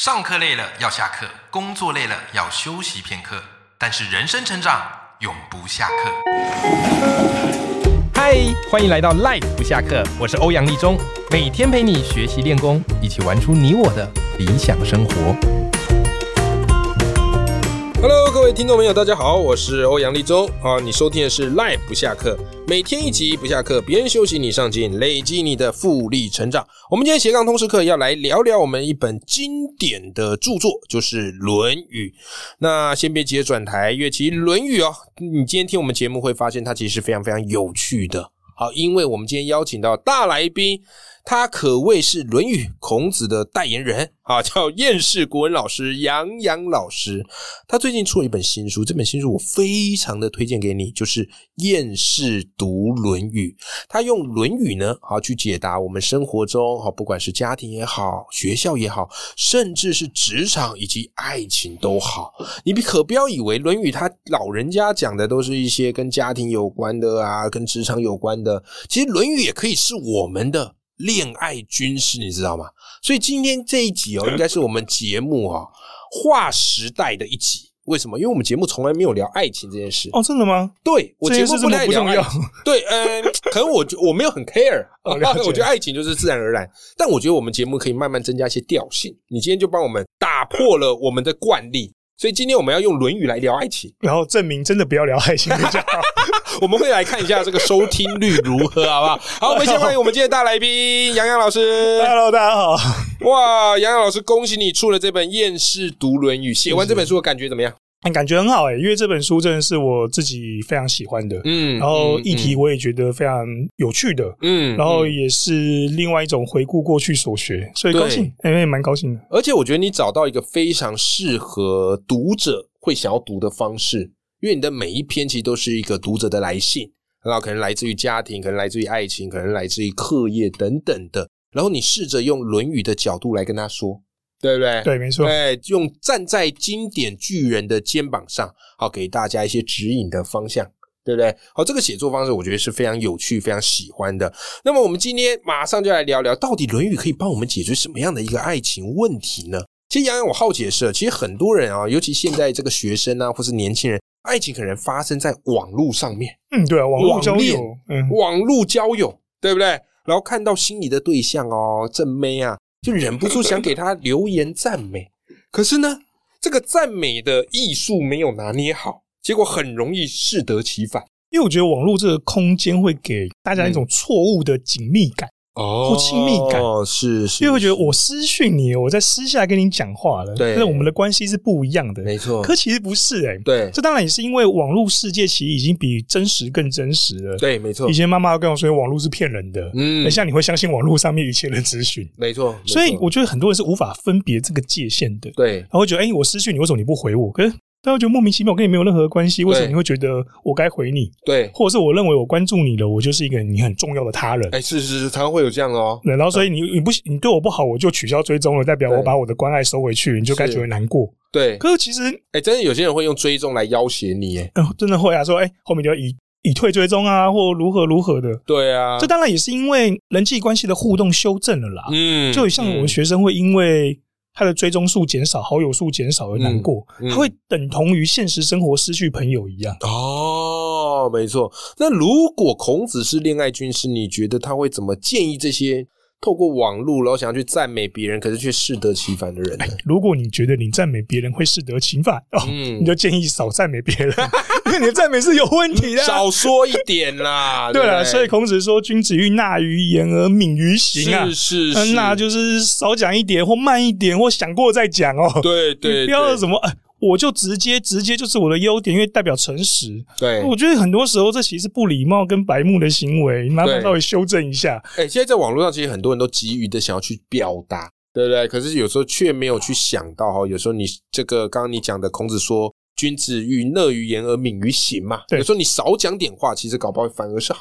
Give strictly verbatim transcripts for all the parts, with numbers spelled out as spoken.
上课累了要下课，工作累了要休息片刻，但是人生成长永不下课。嗨，欢迎来到 Life 不下课，我是欧阳立中，每天陪你学习练功，一起玩出你我的理想生活。Hello， 各位听众朋友，大家好，我是欧阳立中啊，你收听的是 Life 不下课，每天一集不下课，别人休息你上进，累积你的复利成长。我们今天斜杠通识课要来聊聊我们一本经典的著作，就是《论语》。那先别急着转台，因为其实《论语》哦，你今天听我们节目会发现它其实是非常非常有趣的。好，因为我们今天邀请到大来宾，他可谓是《论语》孔子的代言人啊，叫厌世国文老师杨洋老师。他最近出了一本新书，这本新书我非常的推荐给你，就是《厌世读论语》。他用《论语》呢，好去解答我们生活中，好不管是家庭也好，学校也好，甚至是职场以及爱情都好。你可不要以为《论语》他老人家讲的都是一些跟家庭有关的啊，跟职场有关的。其实《论语》也可以是我们的恋爱军师，你知道吗？所以今天这一集哦，应该是我们节目啊、哦、划时代的一集。为什么？因为我们节目从来没有聊爱情这件事。 哦，真的吗？ 对，我节目不太聊爱情。 对，呃，可能我我没有很 care， 哦、 我觉得爱情就是自然而然。但我觉得我们节目可以慢慢增加一些调性。你今天就帮我们打破了我们的惯例。所以今天我们要用《论语》来聊爱情， 然后证明真的不要聊爱情比较好。 我们会来看一下这个收听率如何，好不好？好，我们先欢迎我们今天的大来宾杨洋老师。 Hello， 大家好。 哇，杨洋老师，恭喜你出了这本《厌世读论语》，写完这本书的感觉怎么样？ 感觉很好诶、欸，因为这本书真的是我自己非常喜欢的，嗯，然后议题我也觉得非常有趣的，嗯，然后也是另外一种回顾过去所学，所以高兴，哎、欸，蛮高兴的。 而且我觉得你找到一个非常适合读者会想要读的方式，因为你的每一篇其实都是一个读者的来信，然后可能来自于家庭，可能来自于爱情，可能来自于课业等等的，然后你试着用《论语》的角度来跟他说。对不对？ 对，没错。 对，用站在经典巨人的肩膀上，好给大家一些指引的方向，对不对？好，这个写作方式我觉得是非常有趣、非常喜欢的。那么我们今天马上就来聊聊，到底《论语》可以帮我们解决什么样的一个爱情问题呢？其实杨洋，我好奇的是，其实很多人啊，尤其现在这个学生啊，或是年轻人，爱情可能发生在网络上面。 嗯，对啊，网络交友， 嗯，网络交友，对不对？然后看到心仪的对象哦，正妹啊。就忍不住想给他留言赞美，可是呢，这个赞美的艺术没有拿捏好，结果很容易适得其反。 因为我觉得网络这个空间会给大家一种错误的紧密感。 哦， 或亲密感， 哦，是是， 因为会觉得我私讯你，我在私下跟你讲话了， 对， 但是我们的关系是不一样的， 没错。 可其实不是哎、欸， 对， 这当然也是因为网络世界其实已经比真实更真实了， 对，没错。 以前妈妈跟我说网络是骗人的，嗯，像你会相信网络上面一切的资讯， 没错。 所以我觉得很多人是无法分别这个界限的， 对， 然后会觉得哎、欸，我私讯你，为什么你不回我？可是大家会觉得莫名其妙，我跟你没有任何关系，为什么你会觉得我该回你？ 对， 或者是我认为我关注你了，我就是一个你很重要的他人。 哎、欸，是是是，常常会有这样的哦。 然后所以你你不你对我不好，我就取消追踪了，代表我把我的关爱收回去，你就该觉得难过。 对， 可是其实， 哎、欸，真的有些人会用追踪来要挟你，哎、 呃，真的会啊，说哎、欸，后面就要以以退追踪啊，或如何如何的。 对啊， 这当然也是因为人际关系的互动修正了啦。嗯，就像我们学生会因为他的追踪数减少、好友数减少而难过，嗯嗯、他会等同于现实生活失去朋友一样。 哦，没错。那如果孔子是恋爱军师，你觉得他会怎么建议这些透过网络然后想要去赞美别人，可是却适得其反的人呢？ 如果你觉得你赞美别人会适得其反，哦嗯、你就建议少赞美别人，因为你的赞美是有问题的、啊。 少说一点啦。 对啦，所以孔子说：“君子欲纳于言而敏于行啊。” 是是是， 那就是少讲一点，或慢一点，或想过再讲哦。 对 对, 對， 你不要什么哎。我就直接直接就是我的优点，因为代表诚实。 对， 我觉得很多时候这其实是不礼貌跟白目的行为，麻烦稍微修正一下。 哎、欸，现在在网络上其实很多人都急于的想要去表达，对不对？可是有时候却没有去想到哈，有时候你这个刚刚你讲的孔子说君子欲讷于言而敏于行嘛，有时候你少讲点话，其实搞不好反而是好的。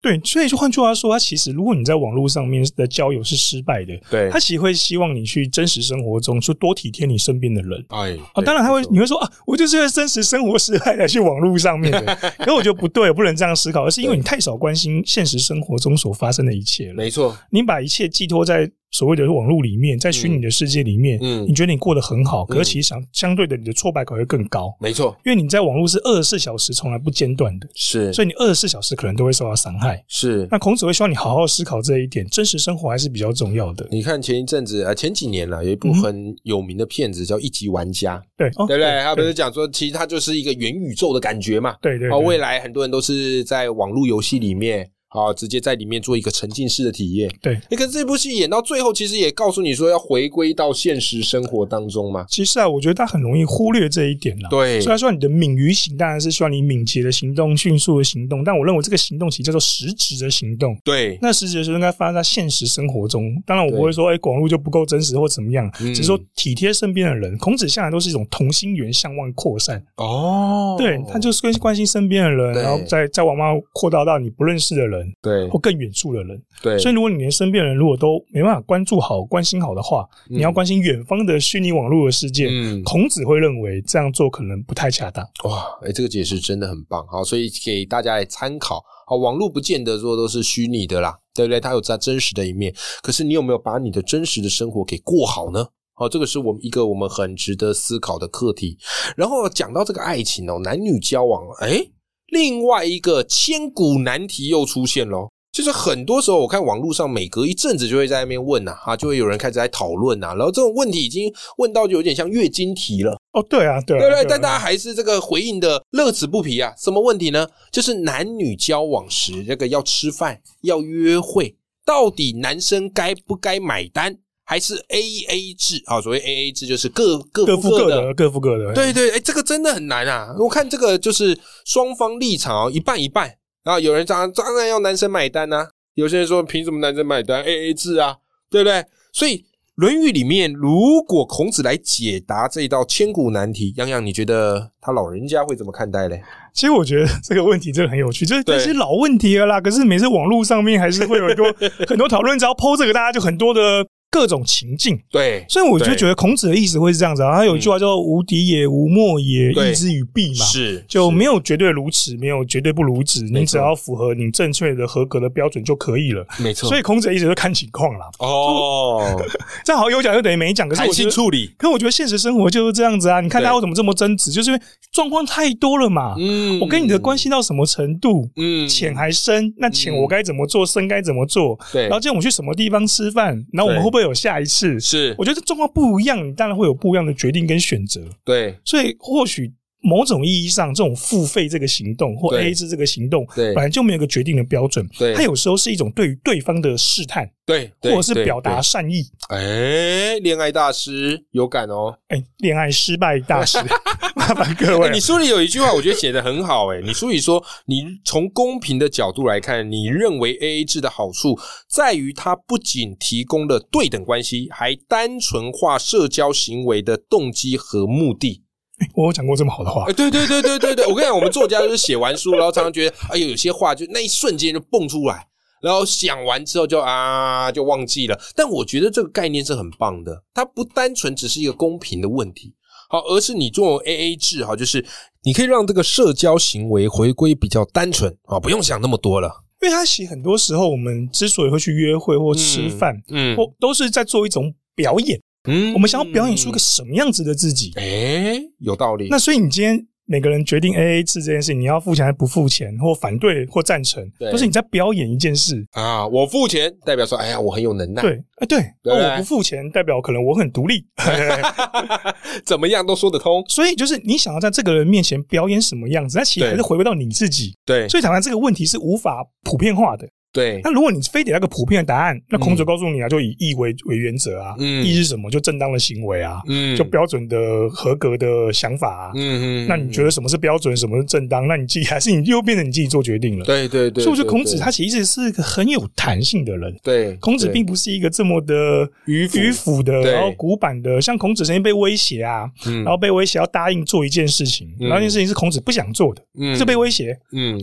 对，所以就换句话说，他其实如果你在网络上面的交友是失败的， 对， 他其实会希望你去真实生活中去多体贴你身边的人。 哎， 哦，当然他会，你会说啊，我就是因为真实生活失败才去网络上面的。可是我觉得不对，不能这样思考，而是因为你太少关心现实生活中所发生的一切了。 没错， 你把一切寄托在所谓的网络里面，在虚拟的世界里面，嗯，你觉得你过得很好，可是其实相相对的，你的挫败感会更高。 没错， 因为你在网络是二十四小时从来不间断的， 是， 所以你二十四小时可能都会受到伤害。 是， 那孔子会希望你好好思考这一点，真实生活还是比较重要的。 你看前一阵子，呃，前几年啦，有一部很有名的片子叫《一级玩家》， 对， 哦、对不对？他不是讲说，其实它就是一个元宇宙的感觉嘛。 对对对， 哦，未来很多人都是在网络游戏里面。好，直接在里面做一个沉浸式的体验。 对， 欸，可是这部戏演到最后，其实也告诉你说要回归到现实生活当中嘛。 其实啊，我觉得他很容易忽略这一点啦。 对， 虽然说你的敏于行当然是希望你敏捷的行动、迅速的行动，但我认为这个行动其实叫做实质的行动。 对， 那实质的时候应该发生在现实生活中。当然，我不会说，哎，网络就不够真实或怎么样，嗯，只是说体贴身边的人。孔子向来都是一种同心圆向外扩散。 哦， 对，他就是关心身边的人，然后再再往外扩大到你不认识的人， 对， 或更远处的人。 对， 所以如果你连身边的人如果都没办法关注好、关心好的话，嗯，你要关心远方的虚拟网络的世界，嗯，孔子会认为这样做可能不太恰当。 哇，哎，这个解释真的很棒。好，所以给大家来参考。好，网络不见得说都是虚拟的啦，对不对？它有它真实的一面。可是你有没有把你的真实的生活给过好呢？好，这个是我们一个我们很值得思考的课题。然后讲到这个爱情哦，男女交往，哎，另外一个千古难题又出现咯。就是很多时候我看网络上每隔一阵子就会在那边问啊，就会有人开始在讨论啊，然后这种问题已经问到就有点像月经题了。 哦，对啊，对啊， 对不对？但大家还是这个回应的乐此不疲啊。什么问题呢？就是男女交往时这个要吃饭要约会，到底男生该不该买单？还是 A A 制啊？所谓 A A 制就是各各付各的， 各付各的。 对对，哎，这个真的很难啊！我看这个就是双方立场哦，一半一半。然后有人当当然要男生买单啊，有些人说凭什么男生买单 A A 制啊，对不对？所以《论语》里面，如果孔子来解答这一道千古难题，洋洋你觉得他老人家会怎么看待嘞？ 其实我觉得这个问题真的很有趣，这这是老问题了啦。可是每次网络上面还是会有很多很多讨论，只要 po 这个，大家就很多的各种情境。 对， 所以我就觉得孔子的意思会是这样子啊，他有一句话叫无敌也无莫也，义之与弊嘛， 是就没有绝对如此，没有绝对不如此，你只要符合你正确的合格的标准就可以了。 没错， 所以孔子的意思就看情况啦。 哦， 这样好有讲就等于没讲，可是我觉得处理。 可是我觉得现实生活就是这样子啊，你看大家为什么这么争执，就是因为状况太多了嘛。嗯，我跟你的关系到什么程度？嗯，浅还深，那浅我该怎么做，深该怎么做？对，然后今天我们去什么地方吃饭，然后我们会不会有下一次？ 是， 我觉得状况不一样，你当然会有不一样的决定跟选择。 对， 所以或许某种意义上，这种付费这个行动或 A A 制这个行动，本来就没有一个决定的标准。对，它有时候是一种对于对方的试探， 对， 或者是表达善意。 哎，恋爱大师有感哦。 哎，恋爱失败大师，麻烦各位。 你书里有一句话，我觉得写得很好。哎，你书里说，你从公平的角度来看，你认为 A A 制的好处在于它不仅提供了对等关系，还单纯化社交行为的动机和目的。 我有讲过这么好的话？ 欸、对对对对对对，我跟你讲，我们作家就是写完书，然后常常觉得，哎呦，有些话就那一瞬间就蹦出来，然后想完之后就啊就忘记了。但我觉得这个概念是很棒的，它不单纯只是一个公平的问题，好，而是你做 A A 制，好，就是你可以让这个社交行为回归比较单纯啊，不用想那么多了。 因为他写很多时候，我们之所以会去约会或吃饭，嗯，或都是在做一种表演。嗯，我们想要表演出个什么样子的自己？ 诶，有道理。 那所以你今天每个人决定 A A 制这件事情，你要付钱还不付钱，或反对或赞成，都是你在表演一件事啊。我付钱代表说，哎呀，我很有能耐。 对，哎，对。那我不付钱代表可能我很独立， 怎么样都说得通。 所以就是你想要在这个人面前表演什么样子，那其实还是回归到你自己。 对， 所以台湾这个问题是无法普遍化的。 对， 那如果你非得那个普遍的答案，那孔子告诉你啊，就以义为为原则啊，嗯，义是什么？就正当的行为啊，嗯，就标准的合格的想法啊，嗯嗯，那你觉得什么是标准，什么是正当？那你自己还是你又变成你自己做决定了。 对对对， 所以我觉得孔子他其实是一个很有弹性的人。 对， 孔子并不是一个这么的迂迂腐的，然后古板的。像孔子曾经被威胁啊，嗯，然后被威胁要答应做一件事情，嗯，然后那件事情是孔子不想做的，嗯，就被威胁，嗯，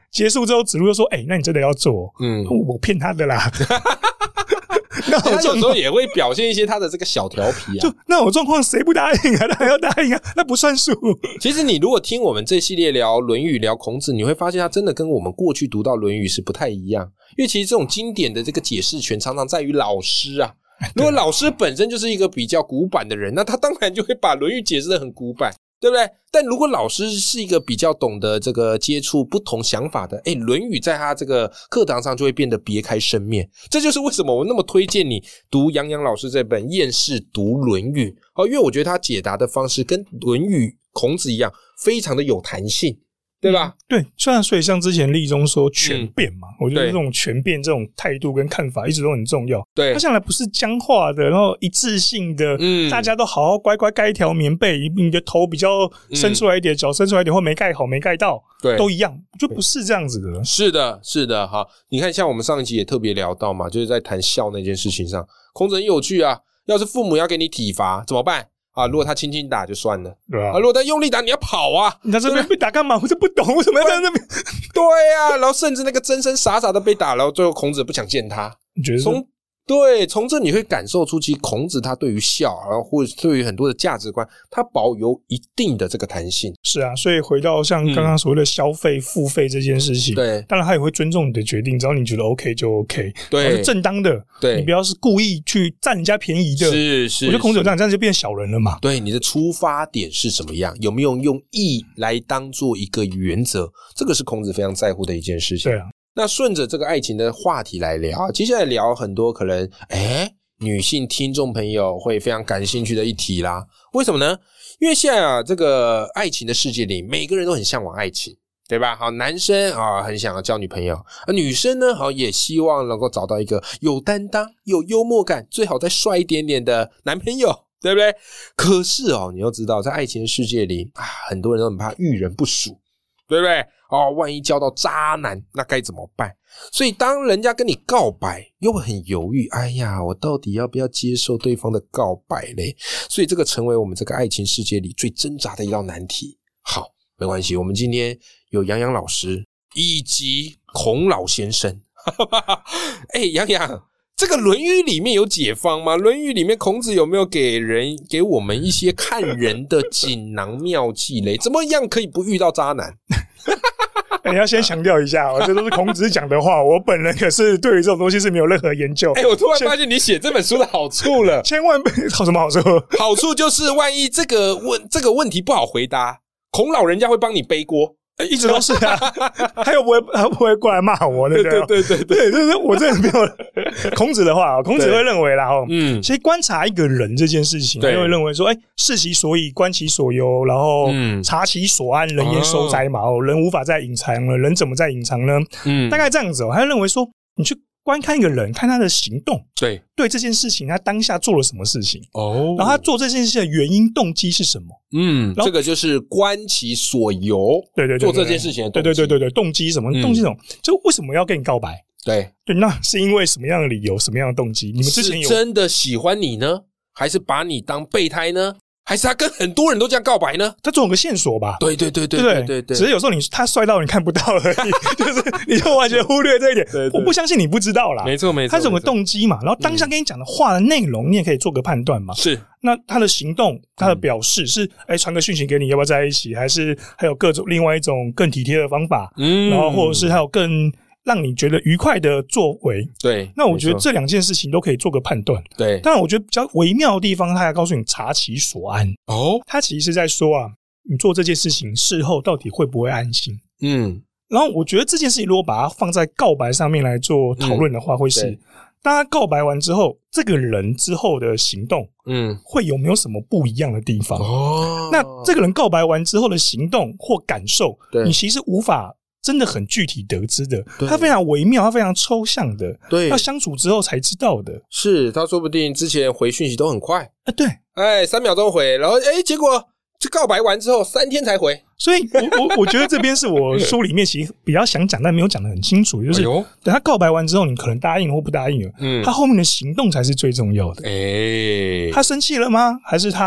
结束之后，子路就说：“哎、欸，那你真的要做？嗯，我骗他的啦。”那他有时候也会表现一些他的这个小调皮啊。 就那种状况，谁不答应啊？他还要答应啊？那不算数。 其实你如果听我们这系列聊《论语》、聊孔子，你会发现他真的跟我们过去读到《论语》是不太一样。因为其实这种经典的这个解释权常常在于老师啊。如果老师本身就是一个比较古板的人，那他当然就会把《论语》解释得很古板。对不对？但如果老师是一个比较懂得这个接触不同想法的，诶，《论语》在他这个课堂上就会变得别开生面。这就是为什么我那么推荐你读杨洋老师这本《厌世读论语》哦，因为我觉得他解答的方式跟《论语》孔子一样，非常的有弹性。对吧、嗯？ 对，虽然所以像之前立中说权变嘛、嗯，我觉得这种权变这种态度跟看法一直都很重要。 对， 他向来不是僵化的，然后一致性的，嗯，大家都好好乖乖盖一条棉被，你的头比较伸出来一点，脚、嗯、伸出来一点，或没盖好没盖到，对，都一样，就不是这样子的。 是的，是的，哈，你看，像我们上一集也特别聊到嘛，就是在谈孝那件事情上，孔子很有趣啊。要是父母要给你体罚怎么办？啊，如果他轻轻打就算了，对啊。啊如果他用力打，你要跑啊！ 你在这边被打干嘛？我就不懂，为什么要在那边？ 对啊，然后甚至那个真真傻傻的被打，然后最后孔子不想见他。 你觉得从对从这你会感受出，其实孔子他对于孝，然后或者对于很多的价值观，他保有一定的这个弹性。 是啊，所以回到像刚刚所谓的消费、嗯、付费这件事情，对，当然他也会尊重你的决定，只要你觉得 OK 就 OK， 对，是正当的，对，你不要是故意去占人家便宜的。 是是， 我觉得孔子有这样，这样就变小人了嘛。 对，你的出发点是什么样？有没有用义来当做一个原则？这个是孔子非常在乎的一件事情。 对啊。 那顺着这个爱情的话题来聊，接下来聊很多可能诶女性听众朋友会非常感兴趣的一题啦。为什么呢？因为现在啊，这个爱情的世界里，每个人都很向往爱情，对吧？好，男生啊很想要交女朋友，而女生呢，好也希望能够找到一个有担当、有幽默感，最好再帅一点点的男朋友，对不对？可是哦，你要知道，在爱情的世界里啊，很多人都很怕遇人不淑，对不对？哦，万一交到渣男，那该怎么办？所以当人家跟你告白，又很犹豫，哎呀，我到底要不要接受对方的告白嘞？所以这个成为我们这个爱情世界里最挣扎的一道难题。好，没关系，我们今天有杨洋老师以及孔老先生。哎，杨洋，这个《论语》里面有解方吗？《论语》里面孔子有没有给人给我们一些看人的锦囊妙计嘞？怎么样可以不遇到渣男？ 你要先强调一下哦，这都是孔子讲的话，我本人可是对于这种东西是没有任何研究。 哎、欸，我突然发现你写这本书的好处了， 千万不好什么好处？ 好处就是万一这个问这个问题不好回答，孔老人家会帮你背锅。 一直都是啊，他又不会，他不会过来骂我，对不对？ 对对对对， 就是我真的没有孔子的话，孔子会认为啦，哦，嗯，所以观察一个人这件事情，他会认为说，哎，视其所以，观其所由，然后察其所安，人言收哉嘛，哦，人无法再隐藏了，人怎么再隐藏呢？嗯，大概这样子哦，他认为说，你去观看一个人，看他的行动， 对对这件事情，他当下做了什么事情哦，然后他做这件事情的原因动机是什么？嗯， 这个就是观其所由， 对对对， 做这件事情的动机， 对对对对对，动机什么？动机什么？就为什么要跟你告白？ 对对，那是因为什么样的理由？什么样的动机？你们之前有是真的喜欢你呢，还是把你当备胎呢？还是他跟很多人都这样告白呢？ 他总有个线索吧？ 对对对对对对对， 只是有时候你他帅到你看不到而已，就是你就完全忽略这一点。对对，我不相信你不知道啦， 没错没错。 他总有个动机嘛，然后当下跟你讲的话的内容，你也可以做个判断嘛。 是， 那他的行动，他的表示是，哎，传个讯息给你，要不要在一起？还是还有各种另外一种更体贴的方法？嗯，然后或者是还有更让你觉得愉快的作为， 对， 那我觉得这两件事情都可以做个判断。 对， 当然我觉得比较微妙的地方，他还告诉你察其所安。哦，他其实是在说啊，你做这件事情事后到底会不会安心？嗯，然后我觉得这件事情如果把它放在告白上面来做讨论的话，会是、嗯、当他告白完之后，这个人之后的行动，嗯，会有没有什么不一样的地方？哦，那这个人告白完之后的行动或感受，你其实无法真的很具体得知的，它非常微妙，它非常抽象的，对，要相处之后才知道的。 是，他说不定之前回讯息都很快啊，对， 哎，三秒钟回，然后哎，结果就告白完之后三天才回。 所以我我我觉得这边是我书里面其实比较想讲，但没有讲得很清楚，就是等他告白完之后，你可能答应或不答应了，嗯，他后面的行动才是最重要的。哎，他生气了吗？还是他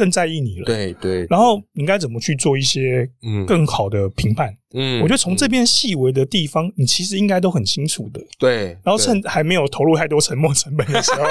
更在意你了。 对对。 然后你应该怎么去做一些更好的评判？嗯，我觉得从这边细微的地方，你其实应该都很清楚的。 对。 然后趁还没有投入太多沉没成本的时候，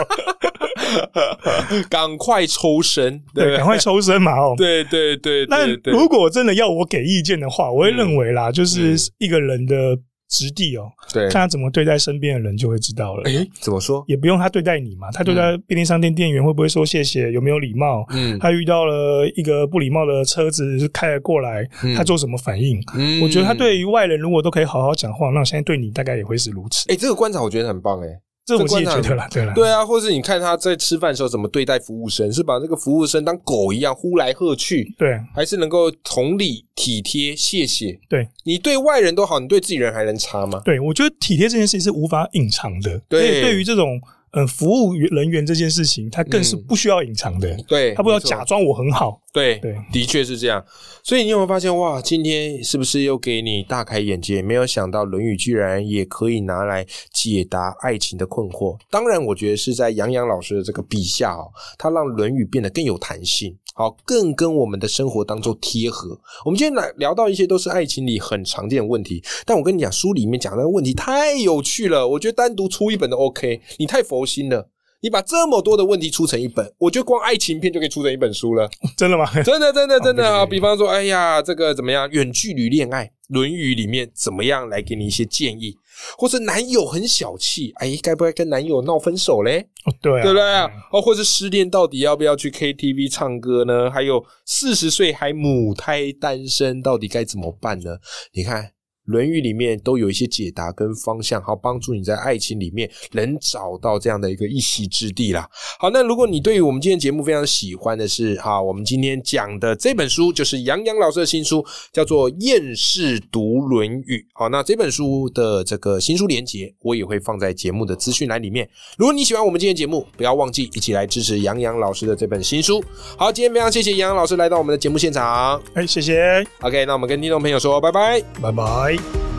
赶快抽身， 对，赶快抽身嘛！哦， 对对对。 那如果真的要我给意见的话，我会认为啦，就是一个人的质地哦，对，看他怎么对待身边的人就会知道了。 哎，怎么说？ 也不用他对待你嘛，他对待便利商店店员会不会说谢谢，有没有礼貌？嗯，他遇到了一个不礼貌的车子开了过来，嗯、他做什么反应？嗯，我觉得他对于外人如果都可以好好讲话，那我现在对你大概也会是如此。 哎，这个观察我觉得很棒，哎。 这我自己觉得啦，对啦， 对啊，或是你看他在吃饭的时候怎么对待服务生，是把这个服务生当狗一样呼来喝去， 对， 还是能够同理体贴谢谢？对，你对外人都好，你对自己人还能差吗？ 对，我觉得体贴这件事情是无法隐藏的，对，对于这种。呃，服务人员这件事情，他更是不需要隐藏的。嗯、对，他不要假装我很好。 对对，的确是这样。所以你有没有发现，哇，今天是不是又给你大开眼界？没有想到《论语》居然也可以拿来解答爱情的困惑。当然，我觉得是在杨洋老师的这个笔下哦，他让《论语》变得更有弹性，好，更跟我们的生活当中贴合。我们今天来聊到一些都是爱情里很常见的问题，但我跟你讲，书里面讲的问题太有趣了，我觉得单独出一本都 OK。你太佛心了，你把这么多的问题出成一本，我觉得光爱情片就可以出成一本书了。 真的吗？ 真的真的真的啊！比方说，哎呀，这个怎么样？远距离恋爱，《论语》里面怎么样来给你一些建议？或者男友很小气，哎，该不该跟男友闹分手嘞？ 哦，对啊， 对不对啊？哦，或者失恋到底要不要去 K T V 唱歌呢？还有四十岁还母胎单身，到底该怎么办呢？你看。《论语》里面都有一些解答跟方向，好帮助你在爱情里面能找到这样的一个一席之地啦。好，那如果你对于我们今天节目非常喜欢的是，好，我们今天讲的这本书就是杨洋老师的新书，叫做《厌世读论语》。好，那这本书的这个新书连结，我也会放在节目的资讯栏里面。如果你喜欢我们今天节目，不要忘记一起来支持杨洋老师的这本新书。好，今天非常谢谢杨洋老师来到我们的节目现场。 哎，谢谢。 OK， 那我们跟听众朋友说拜拜， 拜拜。